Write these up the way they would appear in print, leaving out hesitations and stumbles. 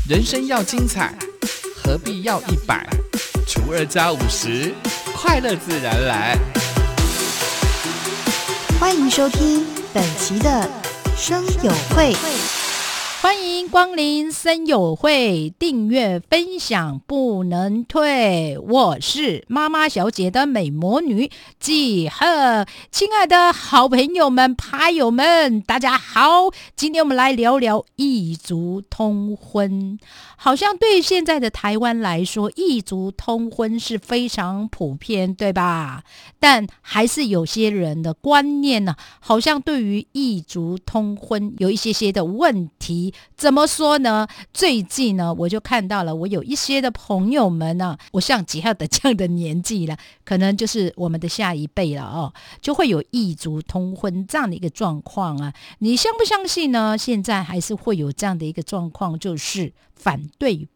人生要精彩，何必要100？除2加50，快乐自然来。 欢迎收听本期的声友会。 欢迎光临声友会，订阅分享不能退。我是妈妈小姐的美魔女季赫，亲爱的好朋友们、牌友们，大家好！今天我们来聊聊异族通婚。好像对现在的台湾来说，异族通婚是非常普遍，对吧？但还是有些人的观念呢，好像对于异族通婚有一些的问题。怎么说呢？最近呢，我就看到了，我有一些的朋友们呢，我像几号的这样的年纪了，可能就是我们的下一辈了哦，就会有异族通婚这样的一个状况啊。你相不相信呢？现在还是会有这样的一个状况，就是反对，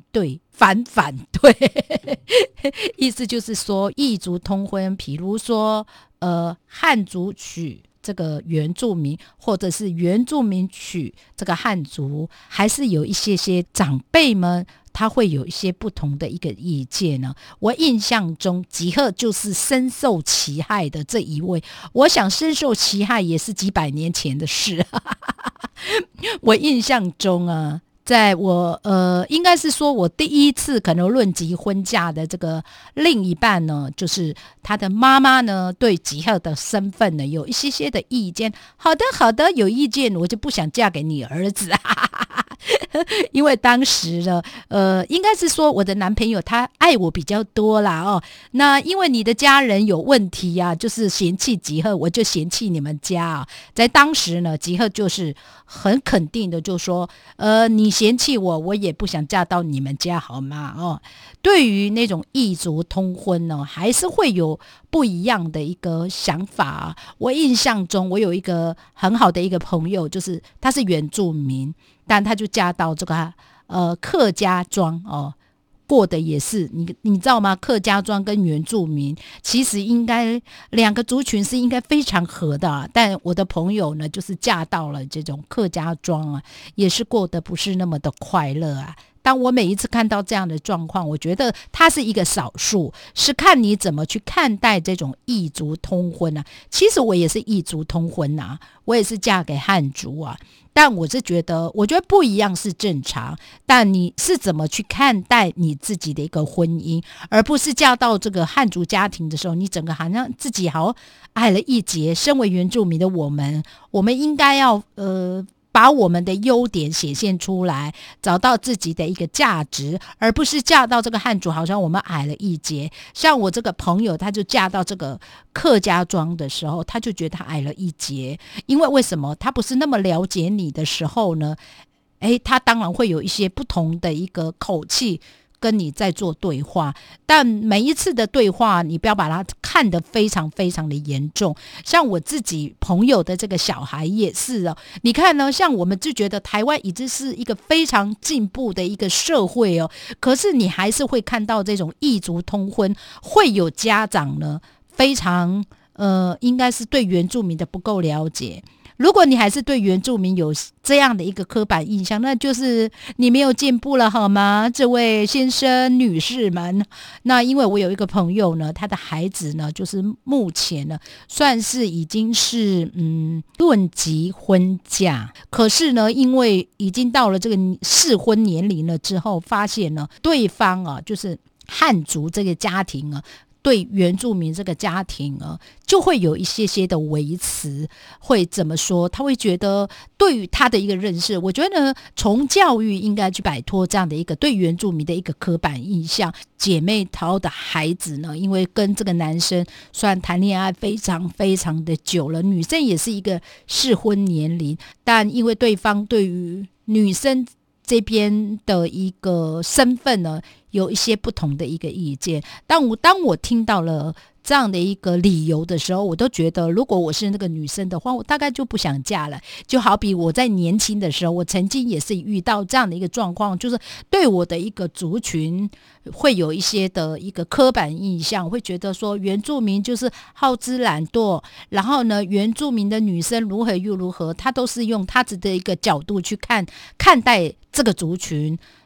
意思就是说异族通婚，比如说汉族娶这个原住民，或者是原住民娶这个汉族，还是有一些长辈们他会有一些不同的一个意见呢。我印象中吉赫就是深受其害的这一位，我想深受其害也是几百年前的事我印象中啊，在我应该是说我第一次可能论及婚嫁的这个另一半呢，就是他的妈妈呢，对吉赫的身份呢有一些的意见。好的，有意见我就不想嫁给你儿子因为当时呢应该是说我的男朋友他爱我比较多啦哦。那因为你的家人有问题啊，就是嫌弃吉赫，我就嫌弃你们家啊。在当时呢，吉赫就是很肯定的就说你嫌弃我，我也不想嫁到你们家好吗哦。对于那种异族通婚呢，还是会有不一样的一个想法啊。我印象中我有一个很好的一个朋友，就是他是原住民，但他就嫁到这个客家庄哦，过的也是你知道吗？客家庄跟原住民其实应该两个族群是应该非常合的啊，但我的朋友呢，就是嫁到了这种客家庄啊，也是过得不是那么的快乐啊。当我每一次看到这样的状况，我觉得它是一个少数，是看你怎么去看待这种异族通婚啊。其实我也是异族通婚啊，我也是嫁给汉族啊，但我觉得不一样是正常，但你是怎么去看待你自己的一个婚姻，而不是嫁到这个汉族家庭的时候，你整个好像自己好矮了一截。身为原住民的我们应该要把我们的优点显现出来，找到自己的一个价值，而不是嫁到这个汉族好像我们矮了一截。像我这个朋友，他就嫁到这个客家庄的时候，他就觉得他矮了一截，因为什么？他不是那么了解你的时候呢，他当然会有一些不同的一个口气跟你在做对话，但每一次的对话你不要把它看得非常非常的严重。像我自己朋友的这个小孩也是哦，你看呢，像我们就觉得台湾已经是一个非常进步的一个社会哦，可是你还是会看到这种异族通婚，会有家长呢非常应该是对原住民的不够了解。如果你还是对原住民有这样的一个刻板印象，那就是你没有进步了好吗，这位先生女士们。那因为我有一个朋友呢，他的孩子呢，就是目前呢算是已经是论及婚嫁，可是呢因为已经到了这个适婚年龄了之后，发现呢对方啊，就是汉族这个家庭啊，对原住民这个家庭啊，就会有一些的维持，会怎么说？他会觉得对于他的一个认识，我觉得呢，从教育应该去摆脱这样的一个对原住民的一个刻板印象。姐妹淘的孩子呢，因为跟这个男生虽然谈恋爱非常非常的久了，女生也是一个适婚年龄，但因为对方对于女生这边的一个身份呢，有一些不同的一个意见。当我听到了这样的一个理由的时候，我都觉得如果我是那个女生的话，我大概就不想嫁了。就好比我在年轻的时候，我曾经也是遇到这样的一个状况，就是对我的一个族群会有一些的一个刻板印象，会觉得说原住民就是好吃懒惰，然后呢原住民的女生如何又如何，她都是用她自己的一个角度去看待这个族群。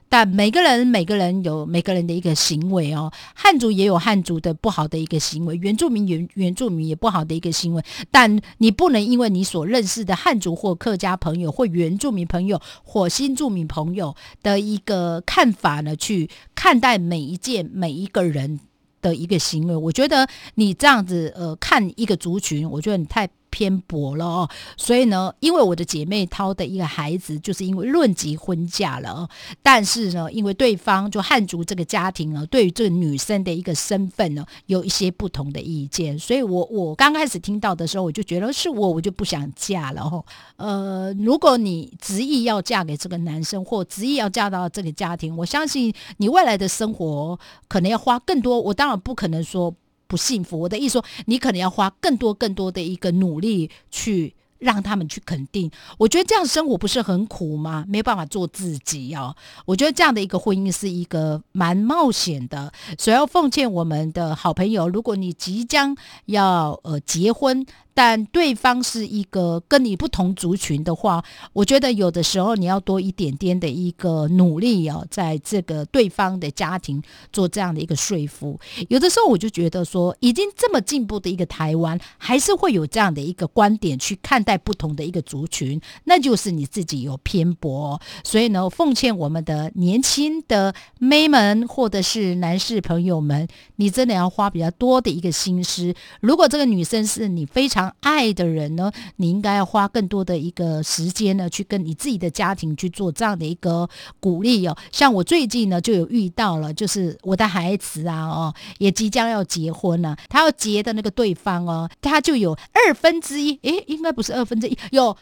但每个人有每个人的一个行为哦，汉族也有汉族的不好的一个行为，原住民原住民也不好的一个行为，但你不能因为你所认识的汉族或客家朋友或原住民朋友或新住民朋友的一个看法呢，去看待每一件每一个人的一个行为。我觉得你这样子看一个族群，我觉得你太偏颇了哦。所以呢，因为我的姐妹淘的一个孩子就是因为论及婚嫁了哦，但是呢，因为对方就汉族这个家庭呢，对于这个女生的一个身份呢，有一些不同的意见，所以我刚开始听到的时候，我就觉得是我就不想嫁了哦。如果你执意要嫁给这个男生，或执意要嫁到这个家庭，我相信你未来的生活可能要花更多。我当然不可能说不幸福，我的意思说，你可能要花更多的一个努力去让他们去肯定。我觉得这样生活不是很苦吗？没有办法做自己哦。我觉得这样的一个婚姻是一个蛮冒险的，所以要奉劝我们的好朋友，如果你即将要结婚，但对方是一个跟你不同族群的话，我觉得有的时候你要多一点点的一个努力哦，在这个对方的家庭做这样的一个说服。有的时候我就觉得说，已经这么进步的一个台湾，还是会有这样的一个观点去看待不同的一个族群，那就是你自己有偏颇哦。所以呢，奉劝我们的年轻的妹们或者是男士朋友们，你真的要花比较多的一个心思。如果这个女生是你非常爱的人呢，你应该要花更多的一个时间呢，去跟你自己的家庭去做这样的一个鼓励哦。像我最近呢就有遇到了，就是我的孩子啊也即将要结婚了，他要结的那个对方他就有1/2，应该不是1/2，有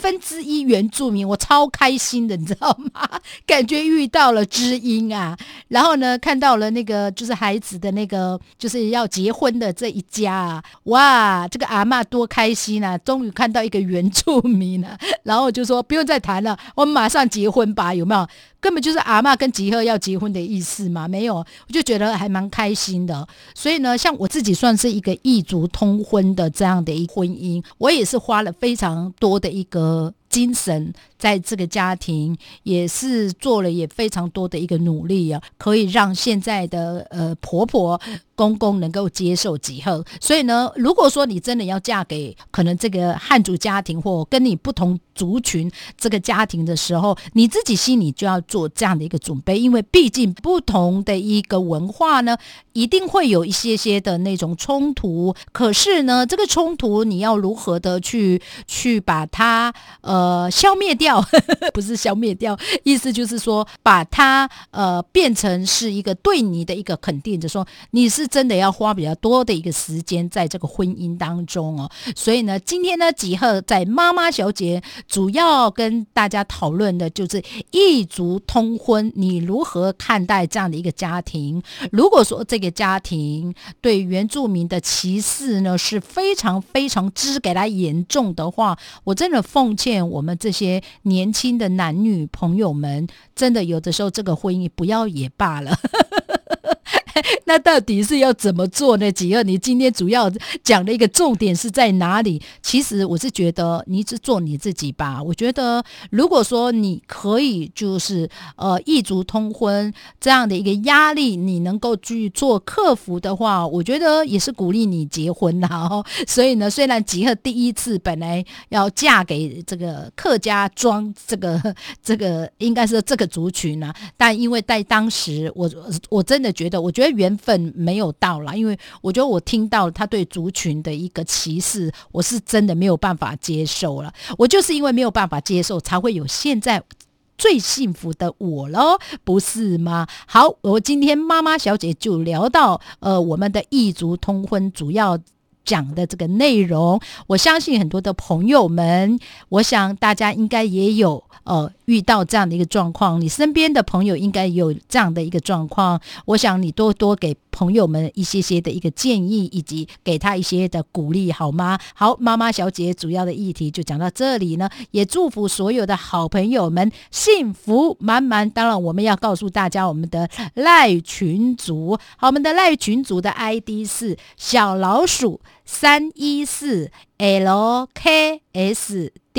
1/4原住民，我超开心的，你知道吗？感觉遇到了知音啊。然后呢，看到了那个就是孩子的那个就是要结婚的这一家啊，哇，这个阿嬷多开心啊，终于看到一个原住民啊。然后就说不用再谈了，我们马上结婚吧，有没有？根本就是阿嬷跟吉赫要结婚的意思嘛，没有，我就觉得还蛮开心的。所以呢，像我自己算是一个异族通婚的这样的一个婚姻，我也是花了非常多的一个精神在这个家庭，也是做了也非常多的一个努力啊，可以让现在的婆婆公公能够接受吉赫。所以呢，如果说你真的要嫁给可能这个汉族家庭或跟你不同族群这个家庭的时候，你自己心里就要做这样的一个准备，因为毕竟不同的一个文化呢，一定会有一些的那种冲突。可是呢，这个冲突你要如何的去把它消灭掉不是消灭掉，意思就是说把它变成是一个对你的一个肯定，就说你是真的要花比较多的一个时间在这个婚姻当中哦。所以呢，今天呢，吉赫在妈妈小姐主要跟大家讨论的就是异族通婚，你如何看待这样的一个家庭？如果说这个家庭对原住民的歧视呢是非常非常之给他严重的话，我真的奉劝我们这些年轻的男女朋友们，真的有的时候这个婚姻不要也罢了那到底是要怎么做呢？吉尔，你今天主要讲的一个重点是在哪里？其实我是觉得你只做你自己吧。我觉得如果说你可以就是异族通婚这样的一个压力你能够去做克服的话，我觉得也是鼓励你结婚啦所以呢，虽然吉尔第一次本来要嫁给这个客家庄这个应该是这个族群啊，但因为在当时我真的觉得我觉得缘分没有到啦，因为我觉得我听到他对族群的一个歧视，我是真的没有办法接受了。我就是因为没有办法接受，才会有现在最幸福的我咯，不是吗？好，我今天妈妈小姐就聊到我们的异族通婚主要讲的这个内容，我相信很多的朋友们，我想大家应该也有遇到这样的一个状况，你身边的朋友应该也有这样的一个状况，我想你多多给朋友们一些的一个建议，以及给他一些的鼓励，好吗？好，妈妈小姐主要的议题就讲到这里呢，也祝福所有的好朋友们幸福满满。当然我们要告诉大家我们的赖群组，好，我们的赖群组的 ID 是小老鼠314LKSDJ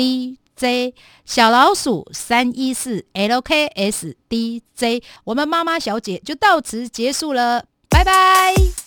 小老鼠314 LKS DJ， 我们妈妈小姐就到此结束了，拜拜。